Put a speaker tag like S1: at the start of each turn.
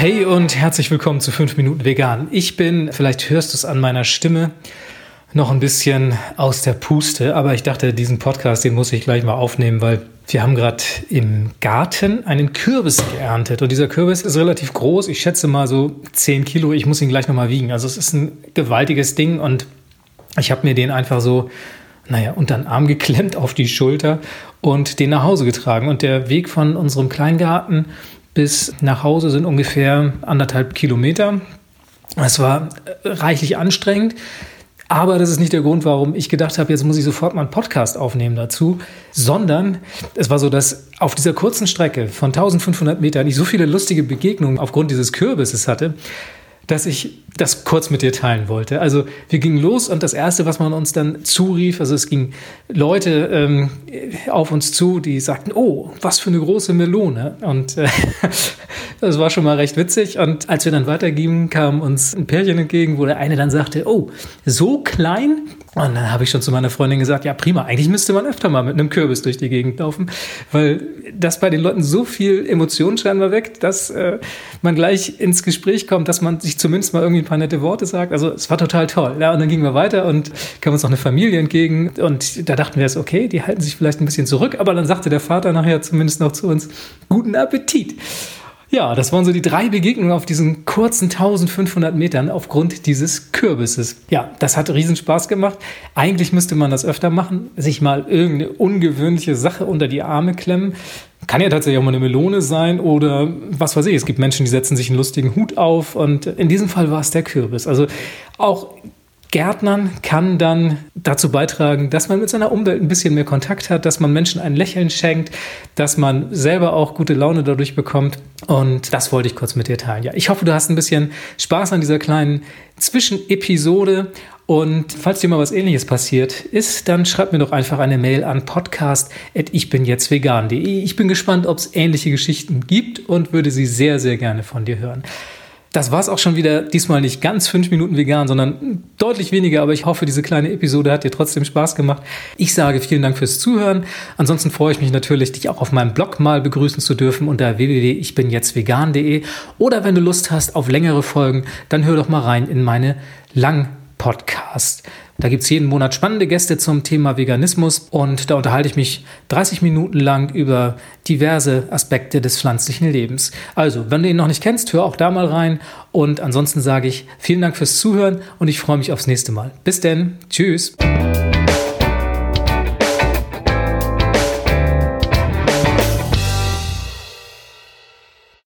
S1: Hey und herzlich willkommen zu 5 Minuten Vegan. Ich bin, vielleicht hörst du es an meiner Stimme, noch ein bisschen aus der Puste, aber ich dachte, diesen Podcast, den muss ich gleich mal aufnehmen, weil wir haben gerade im Garten einen Kürbis geerntet und dieser Kürbis ist relativ groß, ich schätze mal so 10 Kilo, ich muss ihn gleich nochmal wiegen. Also es ist ein gewaltiges Ding und ich habe mir den einfach so, unter den Arm geklemmt auf die Schulter und den nach Hause getragen. Und der Weg von unserem Kleingarten bis nach Hause sind ungefähr 1,5 Kilometer. Es war reichlich anstrengend, aber das ist nicht der Grund, warum ich gedacht habe, jetzt muss ich sofort mal einen Podcast aufnehmen dazu, sondern es war so, dass auf dieser kurzen Strecke von 1500 Metern ich so viele lustige Begegnungen aufgrund dieses Kürbisses hatte, dass ich das kurz mit dir teilen wollte. Also wir gingen los und das Erste, was man uns dann zurief, also es gingen Leute auf uns zu, die sagten, oh, was für eine große Melone. Und das war schon mal recht witzig. Und als wir dann weitergingen, kam uns ein Pärchen entgegen, wo der eine dann sagte, oh, so klein? Und dann habe ich schon zu meiner Freundin gesagt, ja prima, eigentlich müsste man öfter mal mit einem Kürbis durch die Gegend laufen, weil das bei den Leuten so viel Emotionen scheinbar weckt, dass man gleich ins Gespräch kommt, dass man sich zumindest mal irgendwie ein paar nette Worte sagt. Also es war total toll. Ja, und dann gingen wir weiter und kam uns noch eine Familie entgegen und da dachten wir jetzt, okay, die halten sich vielleicht ein bisschen zurück, aber dann sagte der Vater nachher zumindest noch zu uns, guten Appetit. Ja, das waren so die 3 Begegnungen auf diesen kurzen 1500 Metern aufgrund dieses Kürbisses. Ja, das hat riesen Spaß gemacht. Eigentlich müsste man das öfter machen, sich mal irgendeine ungewöhnliche Sache unter die Arme klemmen. Kann ja tatsächlich auch mal eine Melone sein oder was weiß ich. Es gibt Menschen, die setzen sich einen lustigen Hut auf und in diesem Fall war es der Kürbis. Also auch Gärtnern kann dann dazu beitragen, dass man mit seiner Umwelt ein bisschen mehr Kontakt hat, dass man Menschen ein Lächeln schenkt, dass man selber auch gute Laune dadurch bekommt. Und das wollte ich kurz mit dir teilen. Ja, ich hoffe, du hast ein bisschen Spaß an dieser kleinen Zwischenepisode. Und falls dir mal was Ähnliches passiert ist, dann schreib mir doch einfach eine Mail an podcast@ichbinjetztvegan.de. Ich bin gespannt, ob es ähnliche Geschichten gibt und würde sie sehr, sehr gerne von dir hören. Das war es auch schon wieder, diesmal nicht ganz 5 Minuten vegan, sondern deutlich weniger, aber ich hoffe, diese kleine Episode hat dir trotzdem Spaß gemacht. Ich sage vielen Dank fürs Zuhören. Ansonsten freue ich mich natürlich, dich auch auf meinem Blog mal begrüßen zu dürfen unter www.ichbinjetztvegan.de oder wenn du Lust hast auf längere Folgen, dann hör doch mal rein in meine Lang-Podcast. Da gibt es jeden Monat spannende Gäste zum Thema Veganismus und da unterhalte ich mich 30 Minuten lang über diverse Aspekte des pflanzlichen Lebens. Also, wenn du ihn noch nicht kennst, hör auch da mal rein und ansonsten sage ich vielen Dank fürs Zuhören und ich freue mich aufs nächste Mal. Bis denn, tschüss!